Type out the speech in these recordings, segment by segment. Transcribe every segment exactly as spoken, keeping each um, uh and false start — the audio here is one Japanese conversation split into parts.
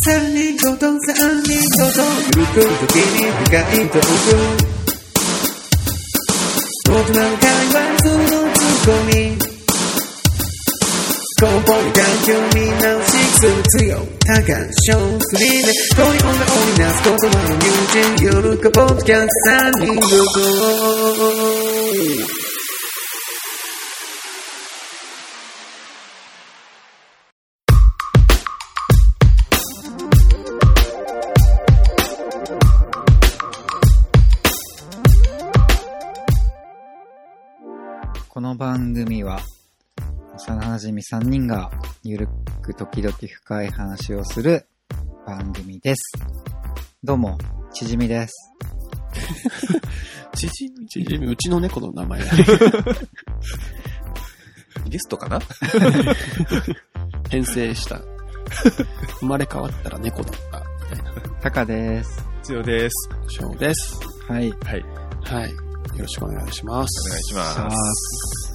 三人ごと三人ごとゆく時に深いトーク大人の会話そのツッコミ根本に環境見直しする強多感症フリーで恋女を織りなす言葉の友人夜かポッドキャスト三人ごとこの番組は幼馴染さんにんがゆるく時々深い話をする番組です。どうも、ちじみです。 ちじみ、ちじみ、うちの猫の名前。 ゲストかな転生した。生まれ変わったら猫だった、みたいな。 タカです。 つよです。 ショウです。 はい。 はい。 はい。よろしくお願いします。 お願いします。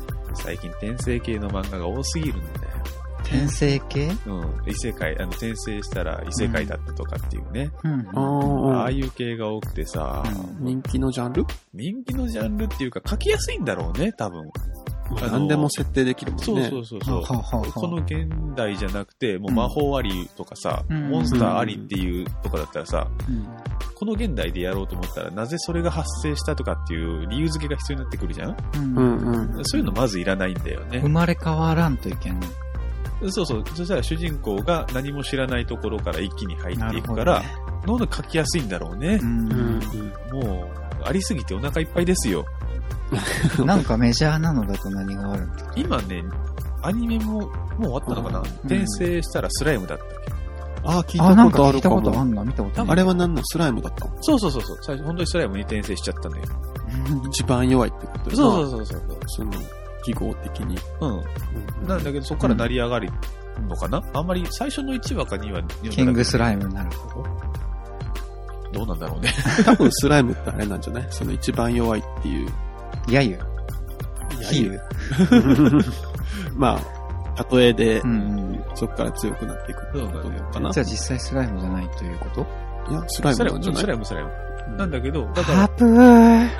最近転生系の漫画が多すぎるんだよ。 転生系？ うん。異世界、あの、転生したら異世界だったとかっていうね。 うん。 うん、ああいう系が多くてさ、 うん、人気のジャンル？ 人気のジャンルっていうか書きやすいんだろうね、多分。 何でも設定できるもんね。 そうそうそうそう。 はははこの現代じゃなくて、もう魔法ありとかさ、 うん、 モンスターありっていうとかだったらさ、 うん、 この現代でやろうと思ったら、なぜそれが発生したとかっていう理由付けが必要になってくるじゃん、 うんうん、 そういうのまずいらないんだよね。 生まれ変わらんといけんね。 そうそう。そしたら主人公が何も知らないところから一気に入っていくから、どんどん書きやすいんだろうね。 うんうん、もう、ありすぎてお腹いっぱいですよ。 なんかメジャーなのだと何があるんですか？ 今ね、アニメももう終わったのかな、うん、転生したらスライムだったっけ？ ああ、聞いたことあるかも。 聞いたことあんな、見たことある。 あれは何のスライムだったの？ そうそうそうそう。最初本当にスライムに転生しちゃったんだよ。 一番弱いってこと？ そうそうそうそう。 その記号的に。 うん。うん、なんだけどそこから成り上がるのかな、うん、あんまり最初のいちわかにわキングスライムになることどうなんだろうね。 多分スライムってあれなんじゃない？その一番弱いっていう。 やゆ。 比喩。まあ、例えで、うん、そこから強くなっていくってことかな。 じゃあ実際スライムじゃないということ？ いや、スライムなんじゃない？ スライム、スライム。うん、なんだけど、だから。 ハプー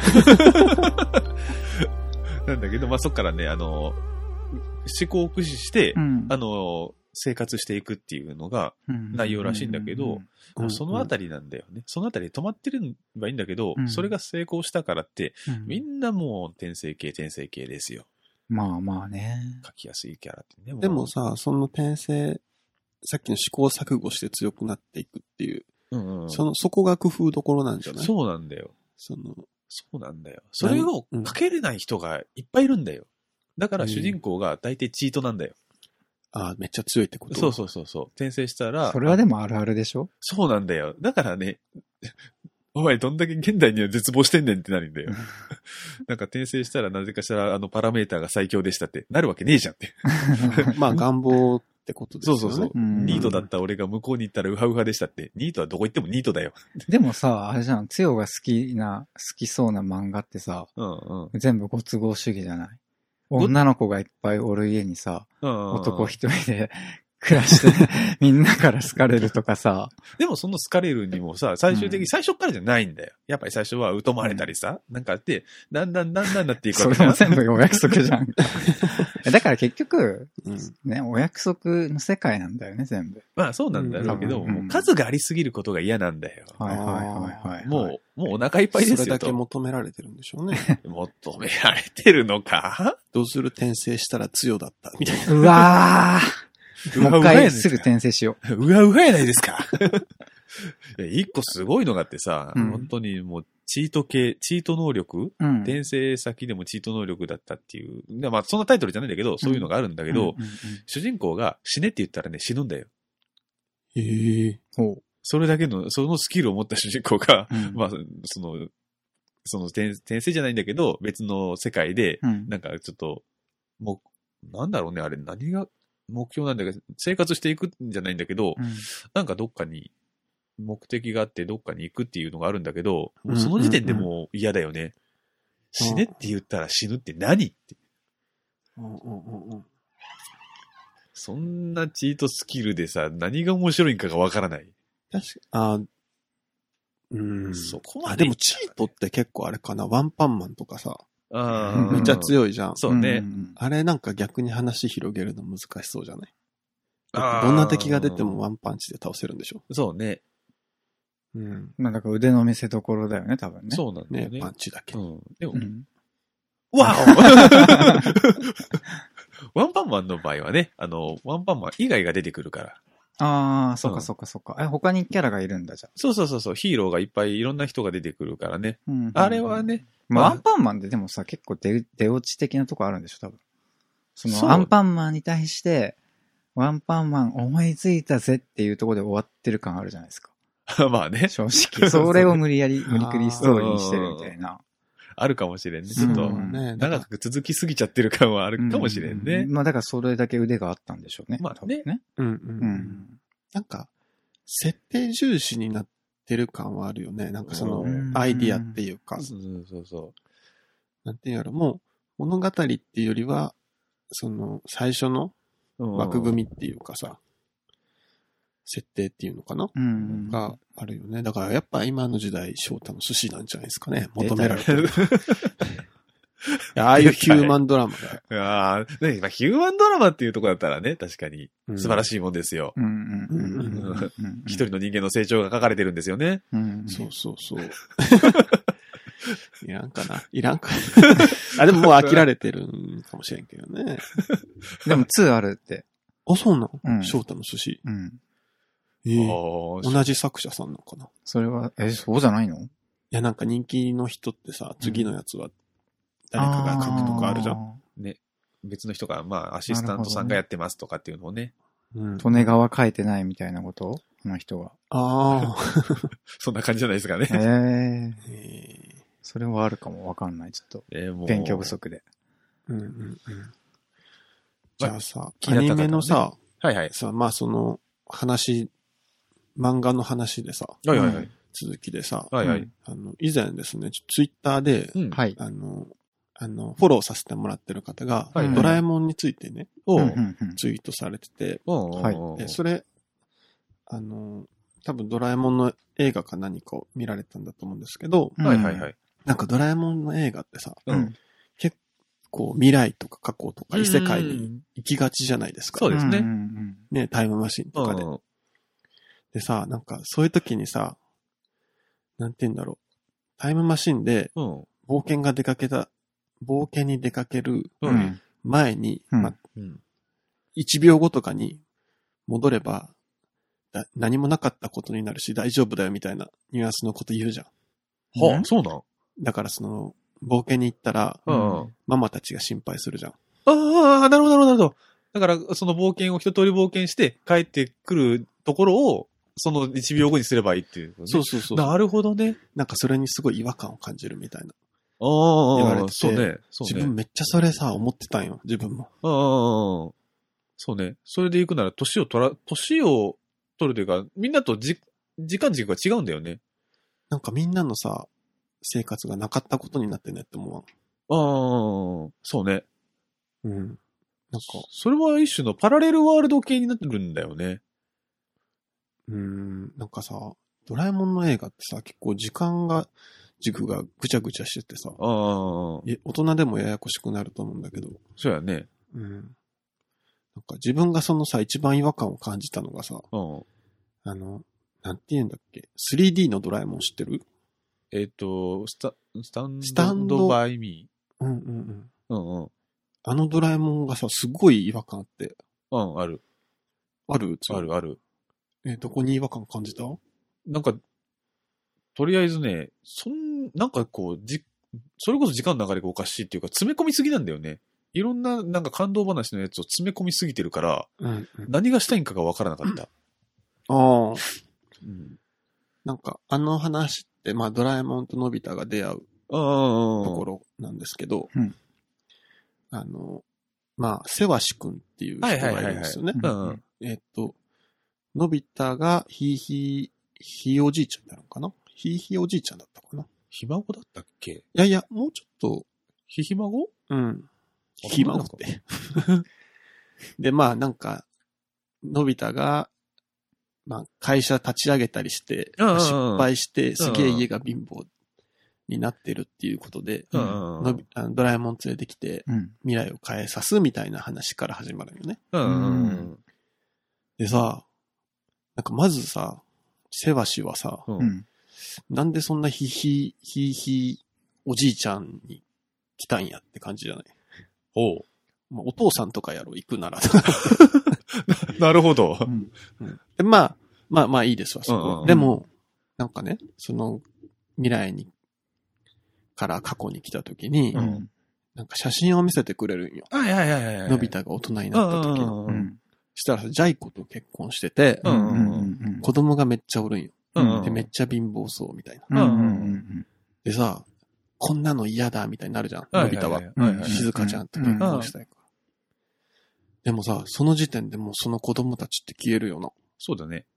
なんだけど、まあ、そっからね、あの、思考を駆使して、うん、あの、生活していくっていうのが内容らしいんだけど、うん、そのあたりなんだよね。そのあたりで止まってればいいんだけど、うん、それが成功したからって、うん、みんなもう転生系、転生系ですよ。 まあまあね。 書きやすいキャラってね。 でもさ、その転生、さっきの試行錯誤して強くなっていくっていう、うんうん、その、そこが工夫どころなんじゃない？ そうなんだよ。 その、 そうなんだよ。それを書けれない人がいっぱいいるんだよ。だから主人公が大体チートなんだよ。 ああ、めっちゃ強いってこと？ そうそうそうそう。転生したら。 それはでもあるあるでしょ？ そうなんだよ。だからね、お前どんだけ現代には絶望してんねんってなるんだよ。なんか転生したらなぜかしらあのパラメーターが最強でしたってなるわけねえじゃんって。 まあ願望ってことですよね。 そうそうそう。ニートだった俺が向こうに行ったらウハウハでしたって。ニートはどこ行ってもニートだよ。 でもさ、あれじゃん、つよが好きな、好きそうな漫画ってさ、 うんうん、 全部ご都合主義じゃない？女の子がいっぱいおる家にさ、うんうんうん、男一人で暮らして、みんなから好かれるとかさ。 でもその好かれるにもさ、最終的に最初からじゃないんだよ。やっぱり最初は疎まれたりさ、うん、なんかあって、だんだんだんだんなっていくわけ。 それも全部お約束じゃん。だから結局、うん、ね、お約束の世界なんだよね、全部。 まあそうなんだろうけど、うん、もう数がありすぎることが嫌なんだよ。 はいはいはいはい。 もう、もうお腹いっぱいですよ。 それだけ求められてるんでしょうね。 求められてるのか？ どうする転生したら強だった、みたいな。 うわー。もう一回すぐ転生しよう。うわうわやないですか。いや一個すごいのがあってさ、うん、本当にもうチート系、チート能力、うん、転生先でもチート能力だったっていう。まあそんなタイトルじゃないんだけど、そういうのがあるんだけど、うんうんうんうん、主人公が死ねって言ったらね、死ぬんだよ。 へえ。 ほう。 それだけの、そのスキルを持った主人公が、うん、まあ、その、その転、転生じゃないんだけど、別の世界で、うん、なんかちょっと、もう、なんだろうね、あれ何が、目標なんだけど、生活していくんじゃないんだけど、うん、なんかどっかに目的があってどっかに行くっていうのがあるんだけど、もうその時点でもう嫌だよね。うんうんうん、死ねって言ったら死ぬって何って、 うんうんうん、 そんなチートスキルでさ、何が面白いんかがわからない。 確か、あ、うん。 そこまで。 あ、でもチートって結構あれかな、ワンパンマンとかさ、 あめっちゃ強いじゃん。 そうね、うん。 あれなんか逆に話広げるの難しそうじゃない？どんな敵が出てもワンパンチで倒せるんでしょ？ そうね。 うん。 まあだから腕の見せ所だよね、多分ね。 そうなんだよね。 ね、パンチだけ。 うん。でも、 うん、 わおワンパンマンの場合はね、あの、ワンパンマン以外が出てくるから。 ああ、そっかそっかそっか。え、他にキャラがいるんだじゃん。 そうそうそうそう、ヒーローがいっぱいいろんな人が出てくるからね。うんうんうん、あれはね。 まあ、ワンパンマンででもさ、結構出、出落ち的なとこあるんでしょ、多分。その、アンパンマンに対して、ワンパンマン思いついたぜっていうところで終わってる感あるじゃないですか。 まあね。 正直。それを無理やり、無理くりストーリーにしてるみたいな。 あるかもしれんね。ちょっと、長く続きすぎちゃってる感はあるかもしれんね。 うん、まあだからそれだけ腕があったんでしょうね。 まあね。 ね。 うんうん。うん、なんか、設定重視になってる感はあるよね。なんかその、アイディアっていうか。 そうそうそう。 なんていうやろ、もう、物語っていうよりは、その、最初の枠組みっていうかさ、設定っていうのかな、うん、があるよね。だからやっぱ今の時代、翔太の寿司なんじゃないですかね。求められてる。ああいうヒューマンドラマが。ああ、ね、ヒューマンドラマっていうところだったらね、確かに素晴らしいもんですよ。一人の人間の成長が書かれてるんですよね。 うん、そうそうそう。いらんかないらんかあ、でももう飽きられてるんかもしれんけどね。 でもツーあるって。 あ、そうなの？翔太の寿司。 うん。 えー、同じ作者さんなのかな？ それは、え、そうじゃないの？いや、なんか人気の人ってさ、次のやつは誰かが書くとかあるじゃん。 ね。別の人が、まあ、アシスタントさんがやってますとかっていうのをね。 うん。利根川書いてないみたいなことこの人は。 ああ。 そんな感じじゃないですかね。 えー、えー。それはあるかもわかんない。ちょっと。えー、もう。勉強不足で。 うんうんうん。じゃあさ、アニメのさ、 はいはい。 さ、まあその、話、漫画の話でさ、 はいはいはい。 続きでさ、 はいはい。 あの、以前ですね、ツイッターで、 うん、はい。 あの、あの、フォローさせてもらってる方が、はいはい、ドラえもんについてね、 うん、 ツイートされてて、 はい。 で、それ、あの、多分ドラえもんの映画か何かを見られたんだと思うんですけど、 はいはいはい。 なんかドラえもんの映画ってさ、 うん、 結構未来とか過去とか異世界に行きがちじゃないですか。 そうですね。 ね、タイムマシンとかで。でさ、なんかそういう時にさ、なんて言うんだろう。タイムマシンで冒険が出かけた、冒険に出かける前に、 うんまうん、いちびょうごとかに戻れば何もなかったことになるし大丈夫だよみたいなニュアンスのこと言うじゃん。 はあ、そうなん？ だからその、冒険に行ったら、うん、ママたちが心配するじゃん。 ああ、なるほどなるほど。だからその冒険を一通り冒険して帰ってくるところをそのいちびょうごにすればいいっていう、ね。 そうそうそう。 なるほどね。 なんかそれにすごい違和感を感じるみたいな。 ああ、 言われてて。 そうね。そうね。 自分めっちゃそれさ、思ってたんよ。自分も。 ああ、そうね。それで行くなら年を取ら、年を取るというか、みんなとじ、時間軸が違うんだよね。 なんかみんなのさ、生活がなかったことになってねって思う。 ああ、そうね。 うん。なんか。 それは一種のパラレルワールド系になってるんだよね。 うーん、なんかさ、ドラえもんの映画ってさ、結構時間が、軸がぐちゃぐちゃしててさ、 あ大人でもややこしくなると思うんだけど。 そうやね。 うん。なんか自分がそのさ、一番違和感を感じたのがさ、あの、なんて言うんだっけ、スリーディー のドラえもん知ってる？ えっ、ー、と、スタ、スタンド、スタンドバイミー。うんうんうん。 うんうん。 あのドラえもんがさ、すごい違和感あって。 うん、ある。 ある？ あるある。 えー、どこに違和感感じた？ なんか、とりあえずね、そん、なんかこう、じ、それこそ時間の流れがおかしいっていうか、詰め込みすぎなんだよね。いろんな、なんか感動話のやつを詰め込みすぎてるから、 うんうん、 何がしたいんかがわからなかった。 ああ。うん。なんか、あの話って、まあ、ドラえもんとのび太が出会うところなんですけど、 うん、 あの、まあ、せわしくんっていう人がいるんですよね。えっと、のび太がひいひい、ひいおじいちゃんなのかな？ひいひいおじいちゃんだったかな？ ひ孫だったっけ？いやいや、もうちょっと、 ひひ孫？ うん。ひ孫って。で、まあ、なんか、のび太が、 まあ、会社立ち上げたりして、うんうんうん、失敗して、すげえ家が貧乏になってるっていうことで、うんうんうん、のびあのドラえもん連れてきて、うん、未来を変えさすみたいな話から始まるよね。うんうんうん、でさ、なんかまずさ、セバシはさ、うん、なんでそんなヒヒ、ヒヒおじいちゃんに来たんやって感じじゃない？おう。まあ、お父さんとかやろ、行くなら。 なるほど、 うんうん。でまあ、まあまあいいですわ、そこ、うんうん。でも、なんかね、その未来に、から過去に来た時に、うん、なんか写真を見せてくれるんよ。はいはいはいはい。のび太が大人になった時の。うん、したらさ、ジャイ子と結婚してて、うんうんうん、子供がめっちゃおるんよ。うんうん、で、めっちゃ貧乏そうみたいな。うんうんうん、でさ、こんなの嫌だみたいになるじゃん、のび太は。静香ちゃんと結婚したいから。でもさ、その時点でもうその子供たちって消えるよな。 そうだね。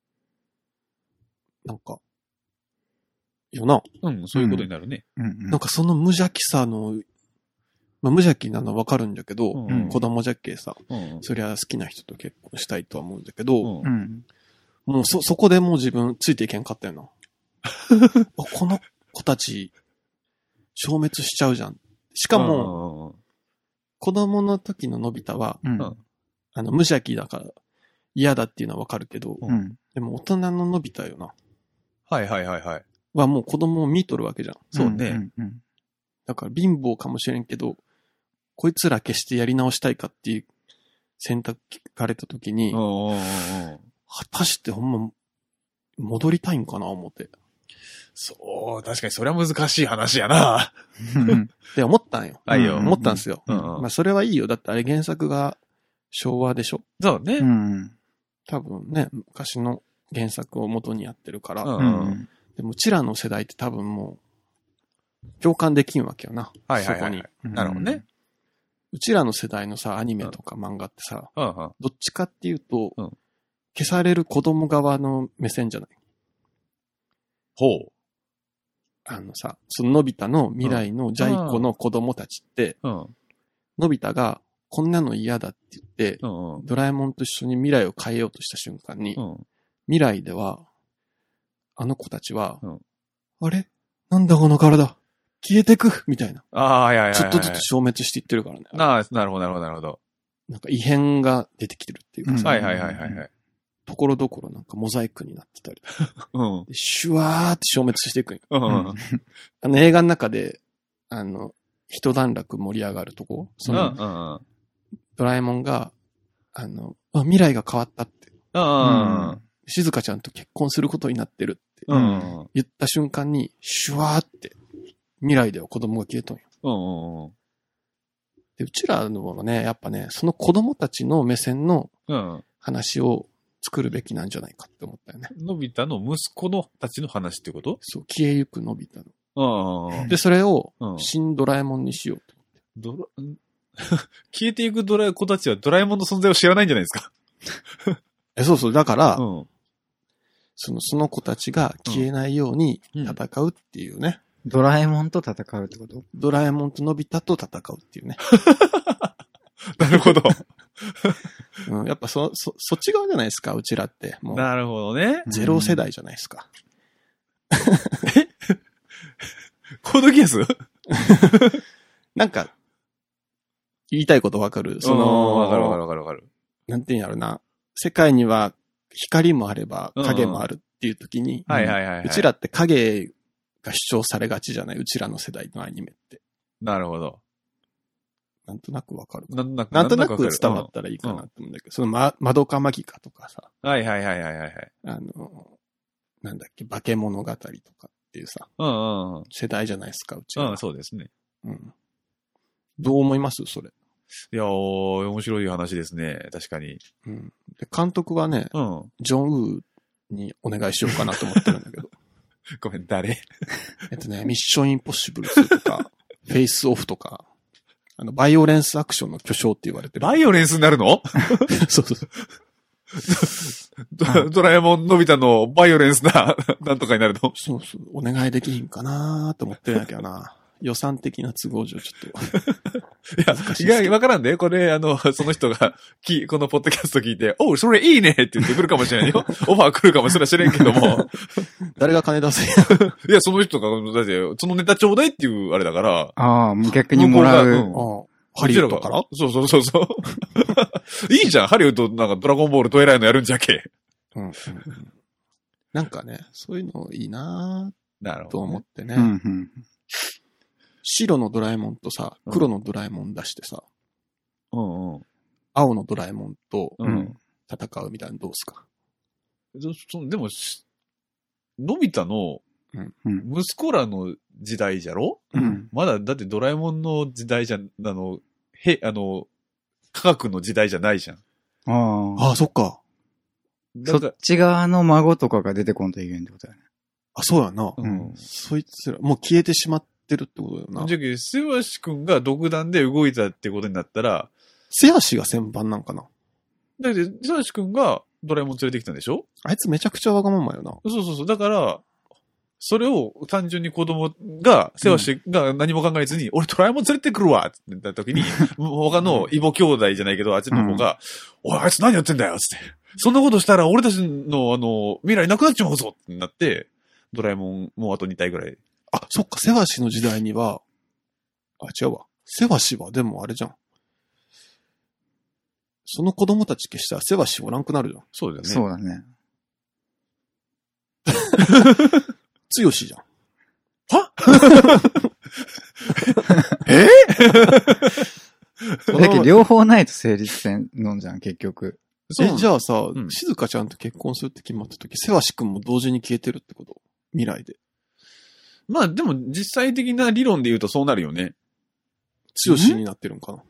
なんか、よな。 うん、そういうことになるね。 うん、なんかその無邪気さの、まあ、無邪気なのはわかるんだけど、うん、子供じゃっけさ、うん、そりゃ好きな人と結婚したいとは思うんだけど、うん、もうそ、そこでもう自分ついていけんかったよな。この子たち、消滅しちゃうじゃん。しかも、子供の時ののび太は、うん、あの、無邪気だから嫌だっていうのはわかるけど、うん、でも大人ののび太よな。 はいはいはいはい。 はもう子供を見とるわけじゃん。 そうね。うんうん、 だから貧乏かもしれんけど、こいつら消してやり直したいかっていう選択聞かれた時に、果たしてほんま戻りたいんかな思って。 そう、確かにそれは難しい話やな。 って思ったんよ。 はいよ。 思ったんですよ。うんうん、まあそれはいいよ。だってあれ原作が昭和でしょ。 そうね。うん、 多分ね、昔の原作を元にやってるから。うんうん、でもうちらの世代って多分もう共感できんわけよな。 はいはいはい、はい。そこに。なるほどね。 うちらの世代のさ、アニメとか漫画ってさ、うん、どっちかっていうと、うん、消される子供側の目線じゃない。 ほう。 あのさ、そののび太の未来のジャイ子の子供たちって、うん、のび太がこんなの嫌だって言って、うんうん、ドラえもんと一緒に未来を変えようとした瞬間に、うん、未来では、あの子たちは、うん、あれなんだこの体消えてくみたいな。 ああ、いやいや。 ちょっとずつ消滅していってるからね。 ああ、なるほど、なるほど、なるほど。 なんか異変が出てきてるっていうかさ。 はいはいはいはいはい。 ところどころなんかモザイクになってたり。うん。シュワーって消滅していくんよ。うん。あの映画の中で、あの、一段落盛り上がるとこ、その、うんうんうん、ドラえもんが、あの、あ、未来が変わったって。うんうんうん、静香ちゃんと結婚することになってるって、うんうん、言った瞬間に、シュワーって、未来では子供が消えとんよ。うんうんうん、で、うちらのもね、やっぱね、その子供たちの目線の話を作るべきなんじゃないかって思ったよね。 のび太の息子のたちの話ってこと？ そう、消えゆくのび太の。で、それを、新ドラえもんにしようと。ドラ、消えていくドラ子たちはドラえもんの存在を知らないんじゃないですか？ え、そうそう。だから、うん、その、その子たちが消えないように戦うっていうね。 うん、ドラえもんと戦うってこと？ ドラえもんとのび太と戦うっていうね。 なるほど。 うん、やっぱそ、そ、そっち側じゃないですか、うちらって。もうなるほどね。 ゼロ世代じゃないですか。 えコードギアスなんか、言いたいことわかる？その、 わかるわかるわかるわかる。 なんていうんやろな。世界には光もあれば影もあるっていう時に、 はいはいはい。 うちらって影が主張されがちじゃない？うちらの世代のアニメって。 なるほど。 なんとなくわかる。 なんとなく、 なんとなく伝わったらいいかなって思うんだけど、うん、そのま、まどかマギカとかさ。 はいはいはいはいはい。 あの、なんだっけ、化け物語とかっていうさ。 うんうんうん。 世代じゃないですか、うちは。 うん、そうですね。 うん。どう思いますそれ。 いやー、面白い話ですね。確かに。 うん。で、監督はね、うん、ジョン・ウーにお願いしようかなと思ってるんだけど。 ごめん、誰？ えっとね、ミッション・インポッシブルとか、フェイス・オフとか、あの、バイオレンスアクションの巨匠って言われてる。 バイオレンスになるの？ そうそうそう。 ド, ドラえもんのび太のバイオレンスな、なんとかになるの？ そうそう。お願いできひんかなーと思ってるんやけどな。 予算的な都合上ちょっと。 いや、意外にわからんで、これ、あの、その人が、き、このポッドキャスト聞いて、おう、それいいねって言ってくるかもしれないよ。オファー来るかもしれんけども。 誰が金出せいや、その人が、だって、そのネタちょうだいっていうあれだから。 ああ、逆にもらう。うん、 ああハリウッドからそうそうそうそう。いいじゃん、ハリウッドなんかドラゴンボールトイライのやるんじゃけ。うん。 なんかね、そういうのいいなぁと思ってね。 うんうん、 白のドラえもんとさ、黒のドラえもん出してさ、 うんうん、 青のドラえもんと戦うみたいなのどうすか、 うん、でも、のび太の息子らの時代じゃろ、うん、まだだってドラえもんの時代じゃ、あの、へ、あの、科学の時代じゃないじゃん。 ああ。ああ、そっか。 そっち側の孫とかが出てこんといけんってことだよね。 あ、そうやな。うん。そいつら、もう消えてしまってるってことだよな。 じゃけ、セワシ君が独断で動いたってことになったら、 セワシが先般なんかな。 だって、セワシ君がドラえもん連れてきたんでしょ？ あいつめちゃくちゃわがままよな。 そうそうそう。だから、それを単純に子供が、セワシが何も考えずに、うん、俺ドラえもん連れてくるわって言った時に、他の異母兄弟じゃないけど、あっちの方が、うん、おい、あいつ何やってんだよつって。そんなことしたら俺たちのあの、未来なくなっちまうぞってなって、ドラえもんもうあとに体ぐらい。 あ、そっか、セワシの時代には、あ、違うわ。セワシはでもあれじゃん。その子供たち消したらセワシおらんくなるじゃん。 そうだよね。 そうだね。 つよしじゃん。 はえだけど両方ないと成立せんのんじゃん、結局。 え、じゃあさ、うん、静香ちゃんと結婚するって決まった時、セワシ君も同時に消えてるってこと？未来で。 まあでも実際的な理論で言うとそうなるよね。 つよしになってるんかな。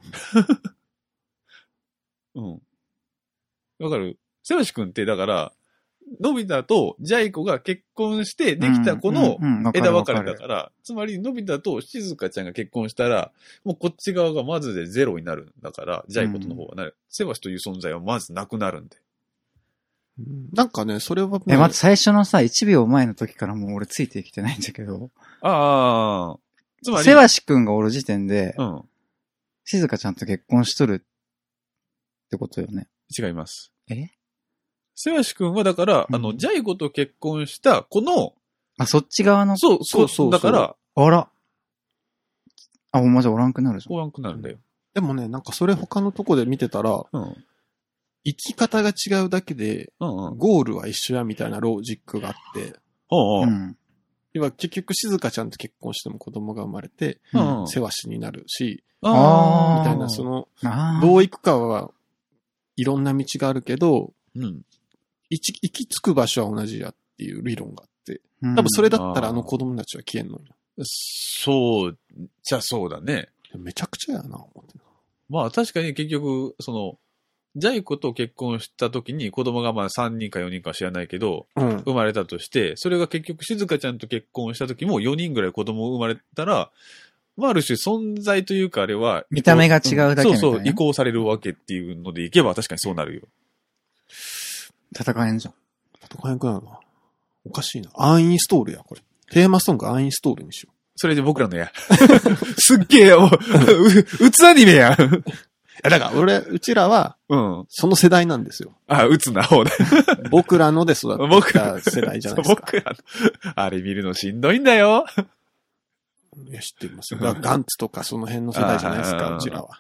うん。わかる？セワシ君ってだから、のび太とジャイ子が結婚してできた子の枝分かれだから、つまりのび太と静香ちゃんが結婚したら、もうこっち側がまずでゼロになるんだから、ジャイ子との方はなる。セワシという存在はまずなくなるんで。 なんかね、それは、ね。 え、待って、最初のさ、いちびょうまえの時からもう俺ついてきてないんだけど。 ああ。 つまり。セワシ君がおる時点で、 うん。 静香ちゃんと結婚しとるってことよね。 違います。 えセワシ君はだから、うん、あの、ジャイ子と結婚したこの、 あ、そっち側の。 そう、そう、そう。だから、 あら。あ、おまじゃおらんくなるじゃん。 おらんくなるんだよ。 でもね、なんかそれ他のとこで見てたら、うん、生き方が違うだけで、うんうん、ゴールは一緒やみたいなロジックがあって、 うんうん、 要は結局静香ちゃんと結婚しても子供が生まれて、うんうん、世話しになるし、 あみたいな、その、どう行くかはいろんな道があるけど、 うん、 行き着く場所は同じやっていう理論があって、多分それだったらあの子供たちは消えんのよ。 そうじゃそうだね。 めちゃくちゃやな、思って。 まあ確かに結局、その、ジャイ子と結婚した時に子供がまあさんにんかよにんか知らないけど、うん、生まれたとして、それが結局静香ちゃんと結婚した時もよにんぐらい子供生まれたら、まあある種存在というかあれは、 見た目が違うだけみたいな、 うん、そうそう、移行されるわけっていうのでいけば確かにそうなるよ。 戦えんじゃん。 戦えんくなるな。おかしいな。アンインストールや、これ。テーマソングアンインストールにしよう。 それで僕らのや。すっげえ、もう、うつアニメや。いや、だから俺、うちらは、 うん。 その世代なんですよ。 あ、うつな方だ。 僕らので育った世代じゃないですか。 僕らの。あれ見るのしんどいんだよ。 いや、知ってますよ。ガンツとかその辺の世代じゃないですか、うちらは。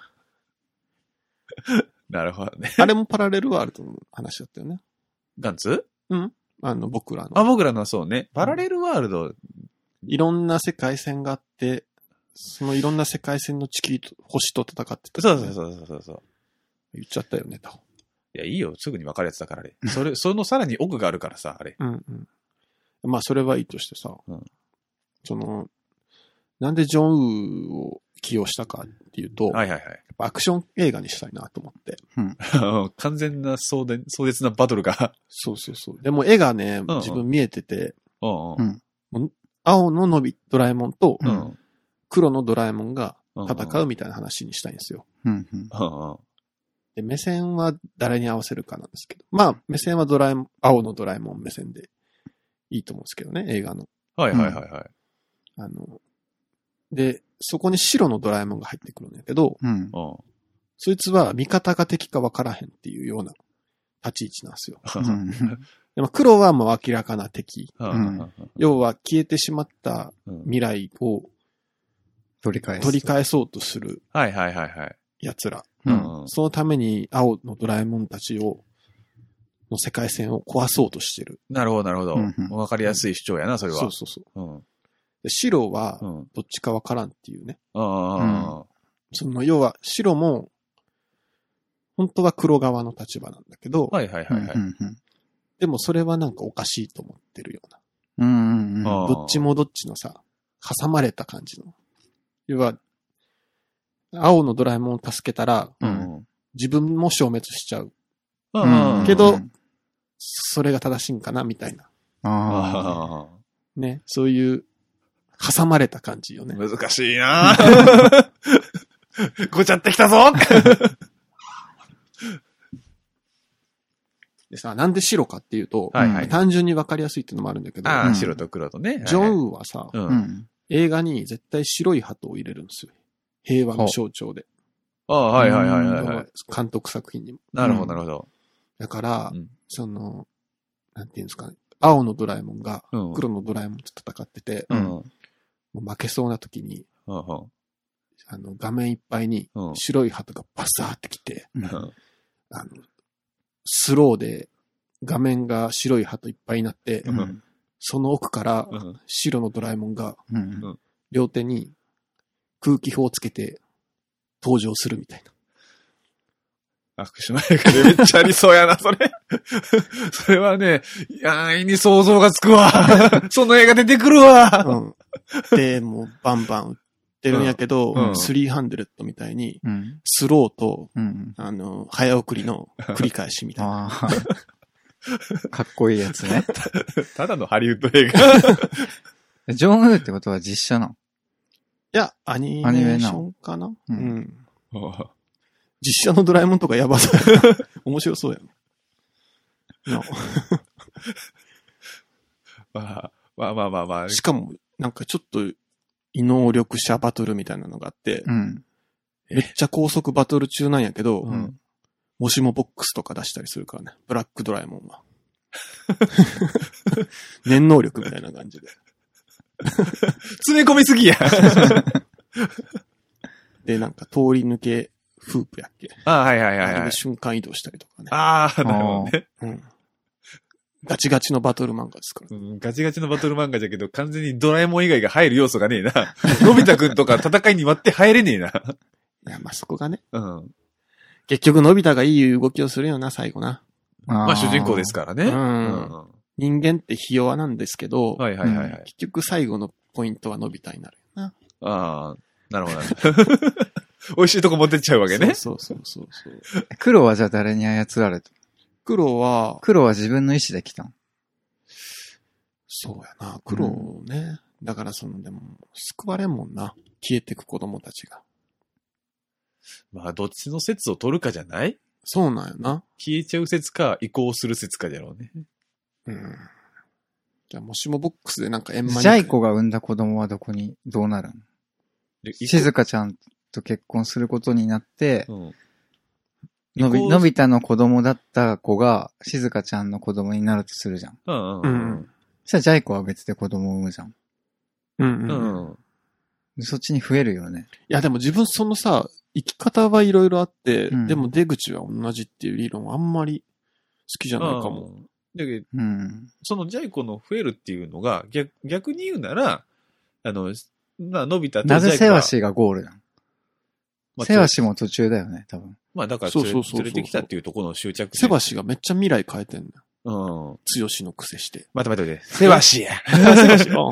なるほどね。 あれもパラレルワールドの話だったよね。 ガンツ？ うん。あの、僕らの。 あ、僕らのはそうね。パラレルワールド。 いろんな世界線があって、そのいろんな世界線の地球と、星と戦ってた、ね。そうそうそうそうそう。 言っちゃったよね、と。 いや、いいよ。すぐに分かるやつだからね。それ、そのさらに奥があるからさ、あれ。 うんうん。まあ、それはいいとしてさ、うん、その、なんでジョンウーを起用したかっていうと、 はいはいはい。 やっぱアクション映画にしたいなと思って。 うん、 完全な壮大、壮絶なバトルが。 そうそうそう。でも絵がね、うんうん、自分見えてて、 うんうん、青ののびドラえもんと、うん、黒のドラえもんが戦うみたいな話にしたいんですよ。 うんうん、 で目線は誰に合わせるかなんですけど。まあ、目線はドラえもん、青のドラえもん目線でいいと思うんですけどね、映画の。 はいはいはいはい。 あの、 で、そこに白のドラえもんが入ってくるんだけど、 うん。 そいつは味方か敵か分からへんっていうような立ち位置なんですよ。 うんでも黒はもう明らかな敵。 うんうん要は消えてしまった未来を取り返す。 取り返そうとするはいはいはいはい。 奴ら。 うん。 そのために青のドラえもんたちを、の世界線を壊そうとしてる。 なるほどなるほど。 うんうんわかりやすい主張やな、それは。 そうそうそう。 うん。 で白はうん。 どっちか分からんっていうね。 あその要は白も本当は黒側の立場なんだけど、 あ。はいはいはいはい。 うんうんでもそれはなんかおかしいと思ってるような。 うんうんうんあーどっちもどっちのさ、挟まれた感じの。要は、青のドラえもんを助けたら、 うん。 自分も消滅しちゃう。 うん。 けどうんそれが正しいんかなみたいな。 ああね。そういう、挟まれた感じよねあ。。難しいなごちゃってきたぞでさ、なんで白かっていうと、 はいはい。 単純に分かりやすいっていうのもあるんだけど、 ああ、 うん白と黒とね。 ジョンン。 ウーはさ、 う。 あ。うんん。 映画に絶対白い鳩を入れるんですよ。平和の象徴で。 ああ、はいはいはいはいはい。 監督作品にも。 なるほどなるほど。 だから、 うんその、なんていうんですかね。青のドラえもんがうん。 黒のドラえもんと戦ってて、 うん。 もう負けそうな時に、 うん。 あの、画面いっぱいにうん白い鳩がバサーってきて、 うんあの、スローで画面が白い鳩いっぱいになって、 うんその奥からうん。 白のドラえもんがうん両手に空気砲をつけて登場するみたいな。 握手の映画でめっちゃありそうやな、それ。それはね、安易に想像がつくわ。その映画出てくるわ。 うん。で、もうバンバン撃ってるんやけど、 うんうんスリーハンドレットみたいにうんスローと、 うんあの、早送りの繰り返しみたいな。 ああ。かっこいいやつね。 ただのハリウッド映画。 ジョンウーってことは実写なの？ いや、アニメーションかなううんん。実写のドラえもんとかやばそう。面白そうやん。なまあ、まあまあまあまあ。 しかも、なんかちょっと、異能力者バトルみたいなのがあって、 うん。 めっちゃ高速バトル中なんやけど、 うんもしもボックスとか出したりするからね。ブラックドラえもんは。念能力みたいな感じで。 詰め込みすぎや。 で、なんか通り抜けフープやっけ。 ああ、はいはいはいはい。 あれで瞬間移動したりとかね。 ああ、なるほどね。 うん。ガチガチのバトル漫画ですから。 うん、ガチガチのバトル漫画だけど、完全にドラえもん以外が入る要素がねえな。のび太くんとか戦いに割って入れねえな。 いや、まあ、そこがね。 うん。 結局、のび太がいい動きをするよな、最後な。 ままあ主人公ですからね。 うん人間ってひ弱なんですけど、 はいはいはいはい。 結局最後のポイントはのび太になるよな。 ああ、なるほどなるほど。美味しいとこ持ってっちゃうわけね。 そうそうそうそうそう。 黒はじゃあ誰に操られた？ 黒は、 黒は自分の意志で来たん？ そうやな、黒ね。だからその、でも、救われんもんな。消えてく子供たちが。 まあ、どっちの説を取るかじゃない？ そうなんよな。 消えちゃう説か、移行する説かじゃろうね。 うん。じゃあ、もしもボックスでなんか円満に。 ジャイ子が産んだ子供はどこに、どうなるん？ で静香ちゃんと結婚することになって、 うん。 のび、 移行のび太の子供だった子が静香ちゃんの子供になるとするじゃん。 うんううんん。 そしたらジャイ子は別で子供を産むじゃん。 うんうん。 ううん。 ん。 でそっちに増えるよね。 いや、でも自分そのさ、生き方はいろいろあって、 うんでも出口は同じっていう理論はあんまり好きじゃないかも。 うん。だけど、 うん。 そのジャイ子の増えるっていうのが、逆、逆に言うなら、あの、まあ、のび太とジャイ子はなぜセワシがゴールなの？ まあセワシも途中だよね、多分。 まあ、だから連れそうそうそうそう連れてきたっていうところの執着セバシがめっちゃ未来変えてんのよ。 うん。 強しの癖して。 待って待って待って。セワシや。 セバシが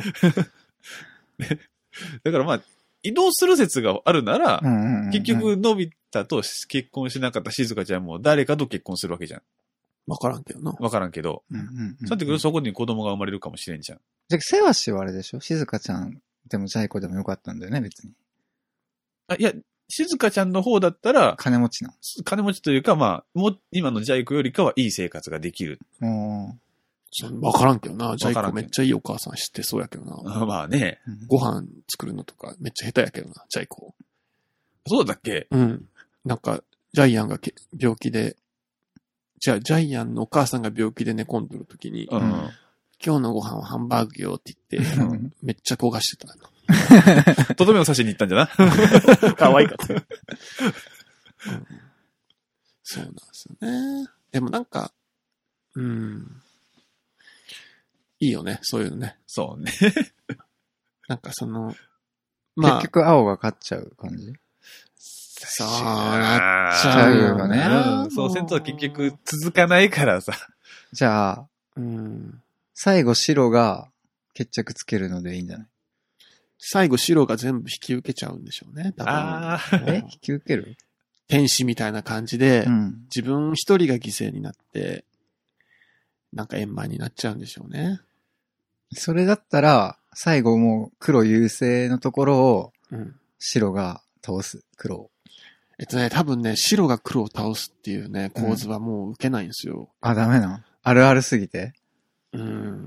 だからまあ、移動する説があるなら、 うんうんうんうん結局、のび太と結婚しなかった静香ちゃんも誰かと結婚するわけじゃん。 わからんけどな。 わからんけど。 うんうんうんうんそうなってくるとそこに子供が生まれるかもしれんじゃん。 じゃあ、セワシはあれでしょ？静香ちゃんでもジャイ子でもよかったんだよね、別に。 あ、いや、静香ちゃんの方だったら、 金持ちな金持ちというか、まあ、もう、今のジャイ子よりかはいい生活ができる。 の。 わからんけどな。ジャイコめっちゃいいお母さん知ってそうやけどな。 まあね。 ご飯作るのとかめっちゃ下手やけどな、ジャイコ。 そうだっけ？ うん。なんか、ジャイアンがけ病気で、じゃあジャイアンのお母さんが病気で寝込んでる時に、うん、今日のご飯はハンバーグよって言って、うん、めっちゃ焦がしてた。 とどめを刺しに行ったんじゃな可愛かった、うん。そうなんですよね。でもなんか、うん。いいよね、そういうのね。 そうね。 なんかその、 まあ。結局青が勝っちゃう感じ？ そうなっちゃうよね。 うん、そうせんと結局続かないからさ。 じゃあ、うん、最後白が決着つけるのでいいんじゃない？ 最後白が全部引き受けちゃうんでしょうね。多分ああ。え？引き受ける？ 天使みたいな感じで、うん、自分一人が犠牲になって、なんか円満になっちゃうんでしょうね。 それだったら、最後もう黒優勢のところを、白が倒す、黒を。 えっとね、多分ね、白が黒を倒すっていうね、構図はもう受けないんですよ。うん、 あ、ダメなの？あるあるすぎて？ うん。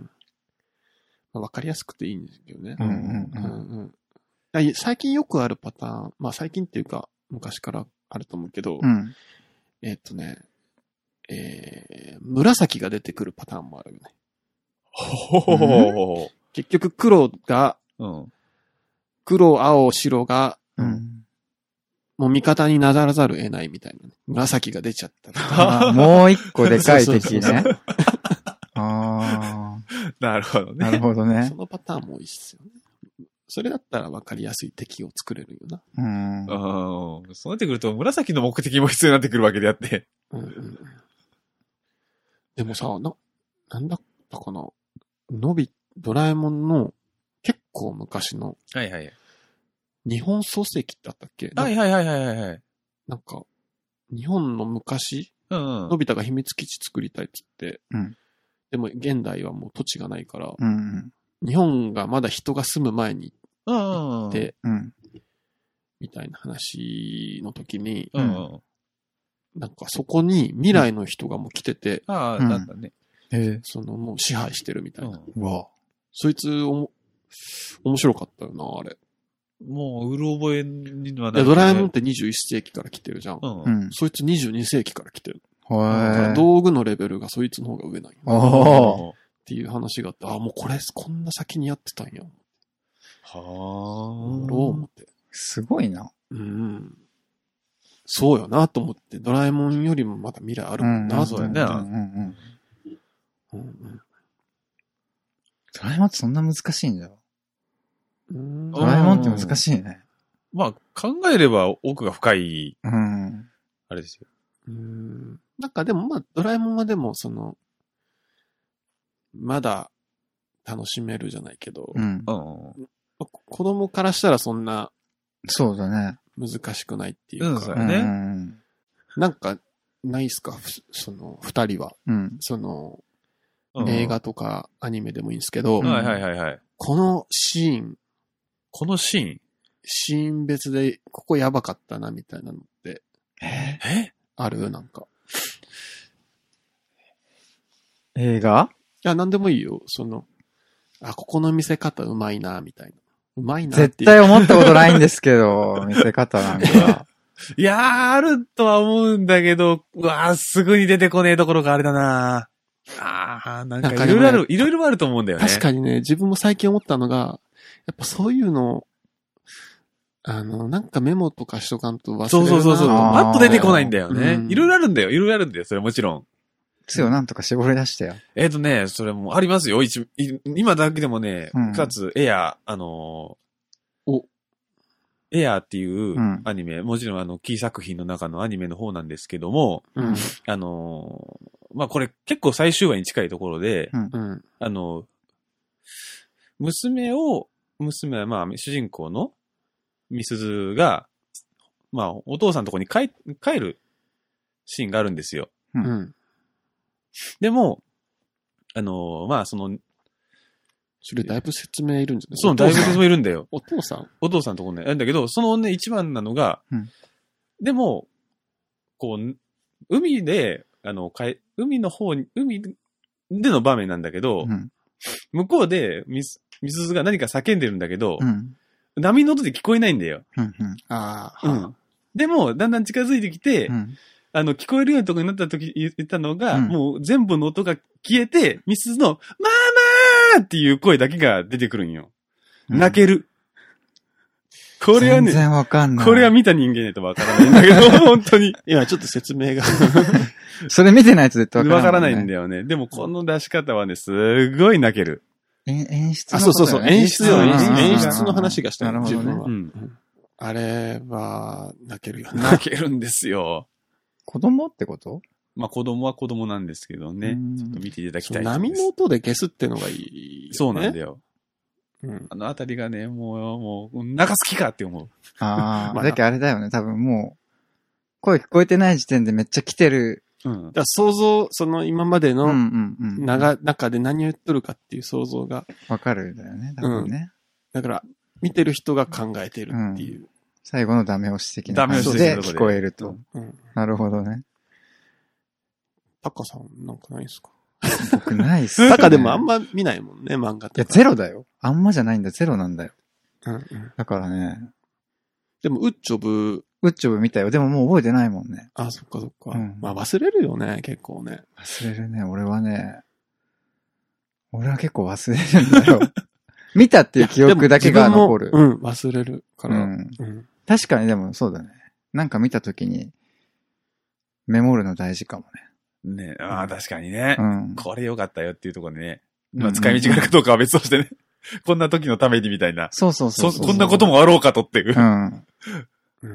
まあ、わかりやすくていいんですけどね。うんうんうんうん、最近よくあるパターン、まあ最近っていうか、昔からあると思うけど、うん、えっとね、えー、紫が出てくるパターンもあるよね。 ほほほほ。 結局黒が、うん、黒、青、白が、うん、もう味方にならざるを得ないみたいな、ね。紫が出ちゃったあ。もう一個でかい敵ね。あなるほどね。 なるほどね。 そのパターンもいいっすよね。それだったら分かりやすい敵を作れるよな。 うん。 ああ、そうなってくると紫の目的も必要になってくるわけであって。うんうん、 でもさ、な、なんだったかな。のび、ドラえもんの結構昔の。 はいはい。 日本漱石だったっけ？ はいはいはいはいはい。 なんか、日本の昔、うんうん、のび太が秘密基地作りたいっつって、うん、でも現代はもう土地がないから、うんうん、日本がまだ人が住む前に行って、うんうん、みたいな話の時に、うんうん、なんかそこに未来の人がもう来てて、 うん、ああ、なんだね。 そのもう支配してるみたいな。 うん、わそいつおも、面白かったよな、あれ。 もう、うる覚えにはない、ね。いや、ドラえもんってにじゅういっ世紀から来てるじゃん。うん、そいつにじゅうに世紀から来てる。道具のレベルがそいつの方が上なんよ。っていう話があって、あ、もうこれ、こんな先にやってたんや。 はぁ。 ろう思って。 すごいな。 うん。そうよなと思って、ドラえもんよりもまだ未来あるもんな、うん、 そうやね。うんうんうんうんうん、ドラえもんってそんな難しいんだよ。ドラえもんって難しいね。 まあ、考えれば奥が深い、うん、あれですよ。 うん。なんかでもまあ、ドラえもんはでも、その、まだ楽しめるじゃないけど、うん、子供からしたらそんな、 そうだね。 難しくないっていうか。 うん、そうだね。うん、 なんか、ないっすかその、二人は。うん、その、うん、映画とかアニメでもいいんですけど、 はいはいはいはい。 このシーン、 このシーンシーン別で、ここやばかったな、みたいなのって。 ええあるなんか。 映画？ いや、なんでもいいよ。その、あ、ここの見せ方うまいな、みたいな。うまいなって。 絶対思ったことないんですけど、見せ方なんか。 いやー、あるとは思うんだけど、うわー、すぐに出てこねえところがあれだなあー、なんかいろいろある、いろいろあると思うんだよね。 確かにね、自分も最近思ったのが、やっぱそういうの、あの、なんかメモとかしとかんと忘れるな。 そうそうそうそう。パッと出てこないんだよね。いろいろあるんだよ。いろいろあるんだよ。それもちろん。 つよ、なんとか絞り出してよ。 えっ、ー、とね、それもありますよ。一今だけでもね、二、うん、つ、エア、あのー、お、エアっていうアニメ、うん、もちろんあの、キー作品の中のアニメの方なんですけども、うん、あのー、まあ、これ結構最終話に近いところで、うん、あの、娘を、娘はまあ、主人公のみすずが、まあ、お父さんのとこに帰、帰るシーンがあるんですよ。うん。でも、あのー、まあ、その、 それだいぶ説明いるんじゃない？ そう、だいぶ説明いるんだよ。 お父さんお父さんのとこね。なんだけど、そのね、一番なのが、うん、でも、こう、海で、あの、かえ、海の方に、海での場面なんだけど、うん、向こうでミス、ミスズが何か叫んでるんだけど、うん、波の音で聞こえないんだよ。うんうん、あうん、でも、だんだん近づいてきて、うん、あの、聞こえるようなとこになった時言ったのが、うん、もう全部の音が消えて、ミスズの、ママーっていう声だけが出てくるんよ。うん、泣ける。これはね、 全然わかんない。 これは見た人間ねとわからないんだけど、本当に。 今ちょっと説明が。 それ見てないと絶対わからない、 ね。わからないんだよね。でもこの出し方はね、すごい泣ける。 演出の、 ね、あ、そうそうそう、演出よ、演出。演出の話がしたい。なるほどね。自分は。うん、あれは、泣けるよね。 泣けるんですよ。 子供ってこと？ まあ子供は子供なんですけどね。ちょっと見ていただきたいです。 波の音で消すってのがいい、ね。 そうなんだよ。うん、あのあたりがね、もう、もう、中好きかって思う。 ああ、まあ、だけどあれだよね、多分もう、声聞こえてない時点でめっちゃ来てる。 うん。だから想像、その今までの、長、中で何を言っとるかっていう想像が。 わかるんだよね、多分ね、 うん。だから、見てる人が考えてるっていう。うん、 最後のダメ押し的な感じで聞こえると。うん、なるほどね。 タカさんなんかないですか？ 僕ないっすね。 タカでもあんま見ないもんね、漫画って。 いや、ゼロだよ。あんまじゃないんだ、ゼロなんだよ。うんうん、だからね。 でも、ウッチョブ。 ウッチョブ見たよ。でももう覚えてないもんね。 あ、そっかそっか。うん、まあ忘れるよね、結構ね。 忘れるね、俺はね。俺は結構忘れるんだよ。見たっていう記憶だけが残る。 うん、忘れるから、うんうん。確かにでもそうだね。なんか見たときに、メモるの大事かもね。 ねああ、確かにね、うん。これ良かったよっていうところね。まあ、使い道があるかどうかは別としてね。こんな時のためにみたいな。 そうそうそうそう。こんなこともあろうかとっていう。うん。うんうん。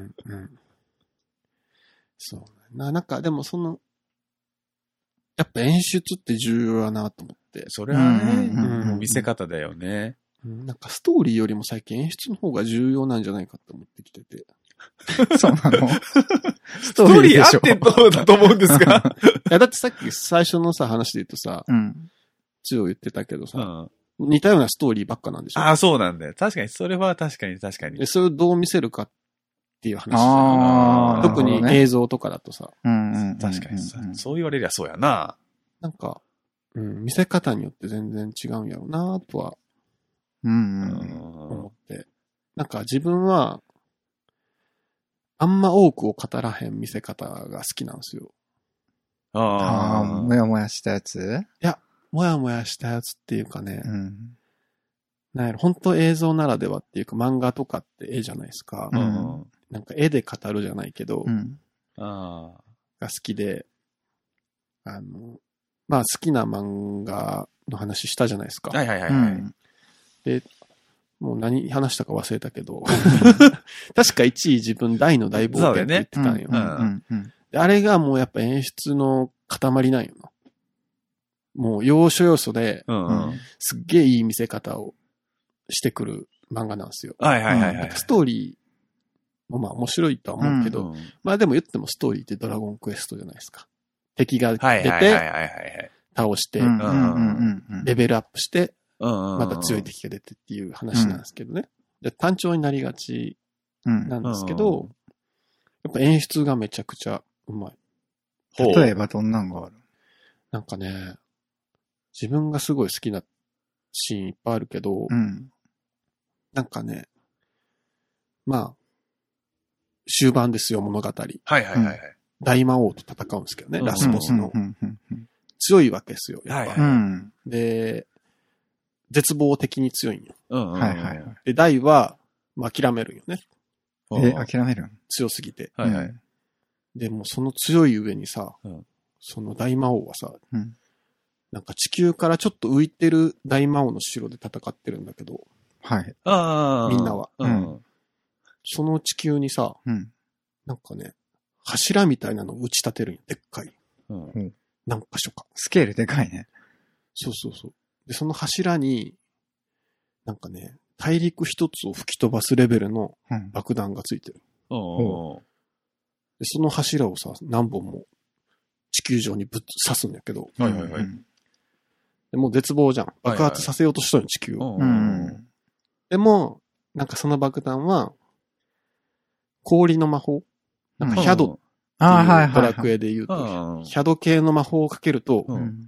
そうな。なんか、でもその、やっぱ演出って重要だなと思って。 それはね、うんうん、見せ方だよね。 なんかストーリーよりも最近演出の方が重要なんじゃないかって思ってきてて。 そうなのストーリーあってどうだと思うんですかいや、だってさっき最初のさ、話で言うとさ、うん。つよ言ってたけどさ、うん、似たようなストーリーばっかなんでしょ？ ああ、そうなんだよ。確かに、それは確かに確かに。 それをどう見せるかっていう話だよ。特に映像とかだとさ。 うんうん、確かに、うん。そう言われりゃそうやな。 なんか、うん、見せ方によって全然違うんやろうなとは、 うん、 思って。なんか自分は、あんま多くを語らへん見せ方が好きなんですよ。 ああ、もやもやしたやつ？ いや、もやもやしたやつっていうかね、うん、なんやろ、本当映像ならではっていうか漫画とかって絵じゃないですか。うん、なんか絵で語るじゃないけど、うん、あが好きで、あの、まあ好きな漫画の話したじゃないですか。 はいはいはい、はいうん。 で、もう何話したか忘れたけど、確かいちい自分大の大冒険って言ってたんよ。あれがもうやっぱ演出の塊なんよな。もう要所要所で、すっげえいい見せ方をしてくる漫画なんですよ。 はいはいはい、はい。 ストーリーもまあ面白いとは思うけど、うんうん、まあでも言ってもストーリーってドラゴンクエストじゃないですか。敵が出て、倒して、レベルアップして、また強い敵が出てっていう話なんですけどね。で単調になりがちなんですけど、やっぱ演出がめちゃくちゃうまい。 例えばどんなんがある？ なんかね、自分がすごい好きなシーンいっぱいあるけど、うん、なんかね、まあ、終盤ですよ、物語。はいはいはい、はい。 大魔王と戦うんですけどね、うん、ラスボスの。強いわけですよ、やっぱ。はいはい、で、絶望的に強いんよ。うんうんはいはい、で、大は、まあ、諦めるんよね。 え、諦めるん？ 強すぎて。はいはい。でもその強い上にさ、うん、その大魔王はさ、うん、なんか地球からちょっと浮いてる大魔王の城で戦ってるんだけど、 はい。 あみんなは、うん。その地球にさ、うん、なんかね、柱みたいなのを打ち立てるんよ、でっかい。うん、何箇所か。 スケールでかいね。 そうそうそう。で、その柱に、なんかね、大陸一つを吹き飛ばすレベルの爆弾がついてる。うん、でその柱をさ、何本も地球上にぶっ刺すんやけど。はいはいはい。でもう絶望じゃん。爆発させようとしとる地球を。はいはいうん、でも、なんかその爆弾は、氷の魔法なんかヒャドっていうドラクエで言うと、ヒャド系の魔法をかけると、うん、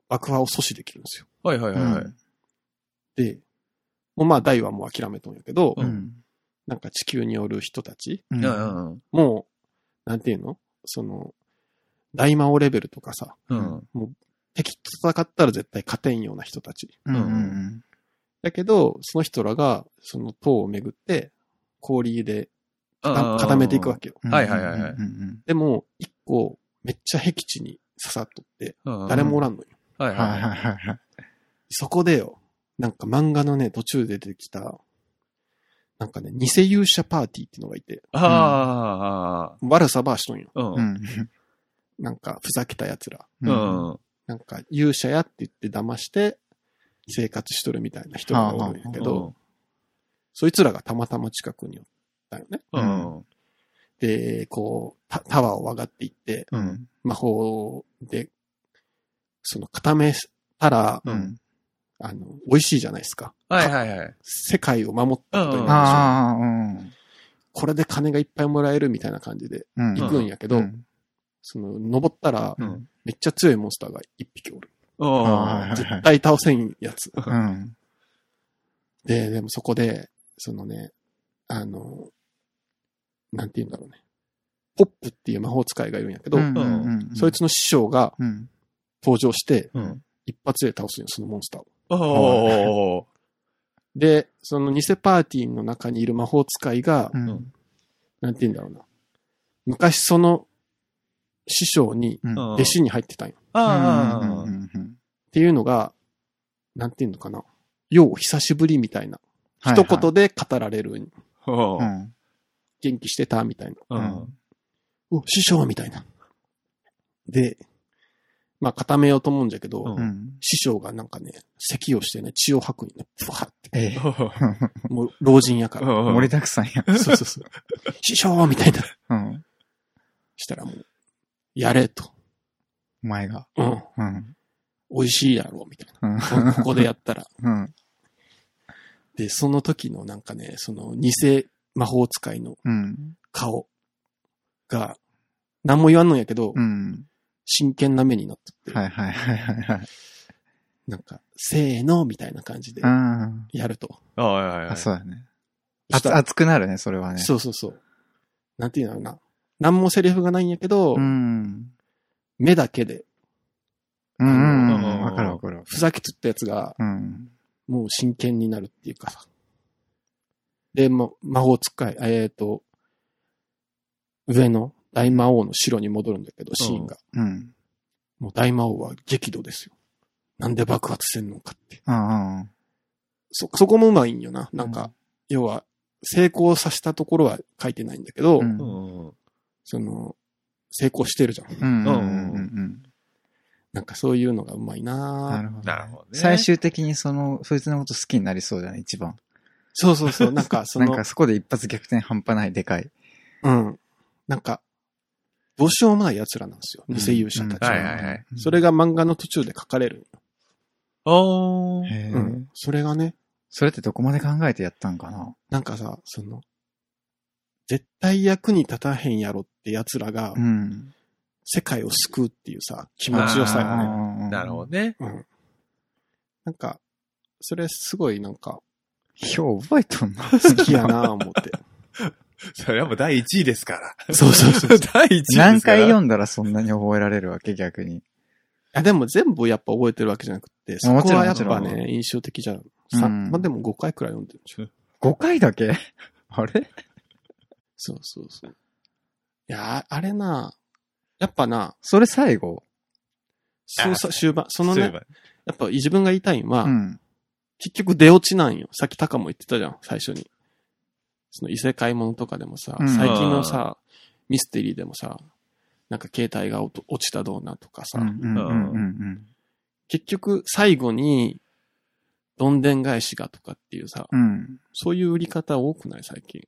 爆破を阻止できるんですよ。 はいはいはいはい。 うんで、もうまあ大はもう諦めとんやけど、 うん。 なんか地球におる人たち、 うんうんうんもう、なんていうのその、大魔王レベルとかさ、 うん。 もう敵と戦ったら絶対勝てんような人たち。 うんうんだけど、その人らが、その塔を巡って、氷で固固めていくわけよ。 うん。 はいはいはいはいうんうんでも、一個、めっちゃ僻地に刺さっとって、 うん。 誰もおらんのよ。 うん。 はいははいいはいはいはい。 そこでよ、なんか漫画のね、途中で出てきた、なんかね、偽勇者パーティーっていうのがいて、 ああ、 悪さばーしとんよ。 うん。 ううん。 ん。 なんか、ふざけた奴ら。 うん。うん。 なんか、勇者やって言って騙して、生活しとるみたいな人がおるんやけど、そいつらがたまたま近くにおったよね。 うん。 で、こう、タタワーを上がっていって、 う。 うんん。 魔法で、その固めたら、 うん。 あの、美味しいじゃないですか。 はいはいはい。 世界を守ったことになるでしょ。 ああ、うん。 これで金がいっぱいもらえるみたいな感じでうん。 行くんやけど、 うんその、登ったら、 うん。 めっちゃ強いモンスターが一匹おる。 ああ絶対倒せんやつ。 うん。 で、でもそこで、そのね、あの、なんて言うんだろうね。ポップっていう魔法使いがいるんやけど、 うん。 そいつの師匠がうん。 登場して、 あ。うん。 一発で倒すんよ、そのモンスターを。 おー。 で、その偽パーティーの中にいる魔法使いが、 うん。 なんて言うんだろうな。昔その師匠にうん。 弟子に入ってたんよ。 ああ。 っていうのが、なんて言うのかな。よう久しぶりみたいな。一言で語られる。 おー。 うん。 元気してたみたいな。 うん。 お、師匠みたいな。で、まあ固めようと思うんじゃけど、 うんうん。 師匠がなんかね、咳をしてね、血を吐くんよね。ブワーって。 ええ。 もう老人やから。 盛りだくさんや。 そうそうそう。師匠みたいな。 うん。 したらもう、やれと。 お前が。 うん。 うん。 美味しいやろ、みたいうん。 な。ここでやったら。 うん。 で、その時のなんかね、その偽魔法使いのうん。 顔が、何も言わんのやけど、 うん。 真剣な目になっとって、 はいはいはいはいはい。 なんか、せーの、みたいな感じでうん。 やると。 あはいはいはい。 あ、そうだね。熱、 そしたら熱くなるね、それはね。 そうそうそう。なんていうのな。何もセリフがないんやけど、 うん。 目だけで、 うんうんうん。 うんわかるわかる。 ふざけつったやつが、 うん。 もう真剣になるっていうかさ。で、ま、魔法使い、えっ、と、上の大魔王の城に戻るんだけど、シーンが。 うん。 もう大魔王は激怒ですよ。なんで爆発せんのかって。 ああ。 そ、そこもうまいんよな。なんか、 うん要は、成功させたところは書いてないんだけど、 うんうん。 その、成功してるじゃん。 うんうんうんうん。 なんかそういうのがうまいななるほど。 なるほどね。 最終的にその、そいつのこと好きになりそうだね、一番。 そうそうそう。なんかそのなんか、そこで一発逆転半端ないでかい。 うん。なんか、どうしようもない奴らなんですよ。 うん偽勇者たちは。 はいはいはい。 それが漫画の途中で書かれる。 おー。 へえ、 うん。それがね、 それってどこまで考えてやったんかな。 なんかさ、その、絶対役に立たへんやろって奴らがう、ん。 世界を救うっていうさ、気持ちよさよね。 ねなるほどね。 うん。なんか、それすごいなんか、 今日覚えとんな。 好きやなぁ思って。 それはもう第一位ですから。 そうそうそう。い第一位ですから。 何回読んだらそんなに覚えられるわけ、逆に。 や、でも全部やっぱ覚えてるわけじゃなくて、そもちろんこはやっぱもちろね、印象的じゃん。さうんまあでもごかいくらい読んでるんでしょ。 ごかいだけあれそうそうそう。いや、ああれな、やっぱな、 それ最後そうさ、終盤、そのね、 そういえばやっぱ自分が言いたいのは、 うん。 結局出落ちなんよ。さっきタカも言ってたじゃん、最初に。その異世界ものとかでもさ、 うん最近のさ、ミステリーでもさ、なんか携帯が落落ちたどうなとかさ、 うんうんうんうん結局最後に、どんでん返しがとかっていうさ、 うん。うん。 そういう売り方多くない最近。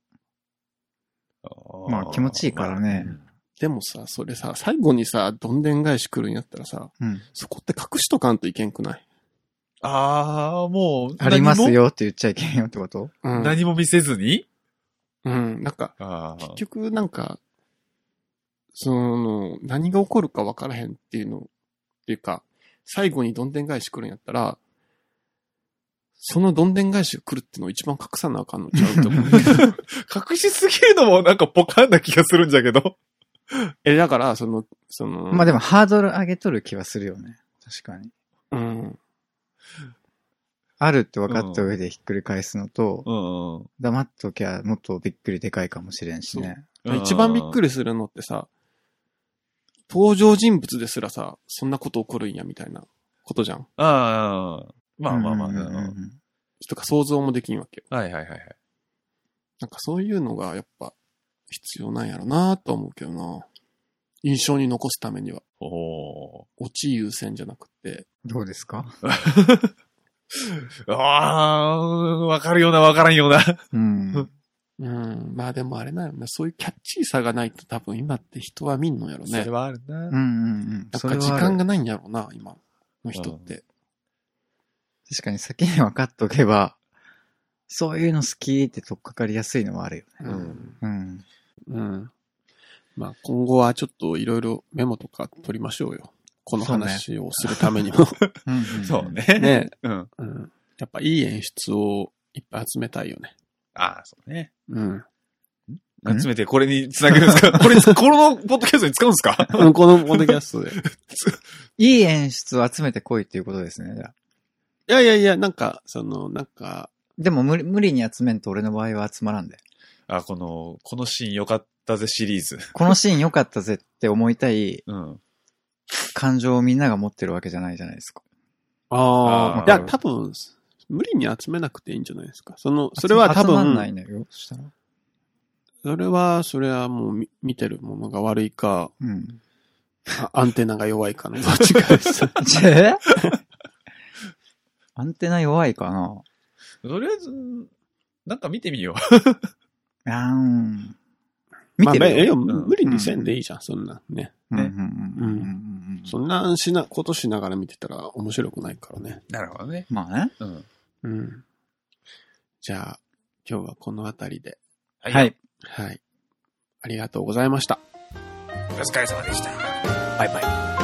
まあ気持ちいいからね。 でもさ、それさ、最後にさ、どんでん返し来るんやったらさ、 うん。 そこって隠しとかんといけんくない？ ああ、もう。 ありますよって言っちゃいけんよってことうん。 何も見せずにうん。なんか、 ああ。 結局なんか、その、何が起こるか分からへんっていうの、っていうか、 最後にどんでん返し来るんやったら、そのどんでん返しが来るってのを一番隠さなあかんのちゃうと思う。 隠しすぎるのもなんかポカンな気がするんじゃけど。 え、だから、その、その。 まあでもハードル上げとる気はするよね。確かに。 うん。 あるって分かった上でひっくり返すのと、 うんうん、 黙っときゃもっとびっくりでかいかもしれんしね。 一番びっくりするのってさ、登場人物ですらさ、そんなこと起こるんやみたいなことじゃん。 ああ、まあまあまあ。 とか想像もできんわけよ。 はいはいはいはい。 なんかそういうのがやっぱ必要なんやろなと思うけどな。印象に残すためには。 おオチ優先じゃなくて。 どうですか？ ああ、わかるようなわからんような。 うん。 うん。まあでもあれなよね。そういうキャッチーさがないと多分今って人は見んのやろね。 それはあるな。 うんうんうん。 なんか時間がないんやろうな、今の人って。 確かに先に分かっとけば、そういうの好きって取っかかりやすいのはあるよね。 うん。 うん。 うん。まあ今後はちょっといろいろメモとか取りましょうよ。この話をするためにも。 そうね。 ね、 うんうん。やっぱいい演出をいっぱい集めたいよね。 ああ、そうね。 うん。 集めてこれにつなげるんですか？これ、このポッドキャストに使うんですか？ うん、このポッドキャストで。 いい演出を集めてこいっていうことですね、じゃあ。 いやいやいや、なんか、その、なんか。 でも無理、無理に集めんと俺の場合は集まらんで。 あ、この、このシーン良かったぜシリーズ。 このシーン良かったぜって思いたい、 うん。 感情をみんなが持ってるわけじゃないじゃないですか。 ああ。いや、多分、無理に集めなくていいんじゃないですか。その、それは多分。 集まんないのよ、そしたら。 それは、それはもう見、見てるものが悪いか、 うん。 アンテナが弱いかのどっちかです。 えアンテナ弱いかな？ とりあえず、なんか見てみよう。 あーん。見てるよ。 まあ、無理にせんでいいじゃん、うん、そんなね。ね。そんなしな、ことしながら見てたら面白くないからね。 なるほどね。 まあね。 うん。 うん。じゃあ、今日はこのあたりで。 はい。 はい。ありがとうございました。 お疲れ様でした。 バイバイ。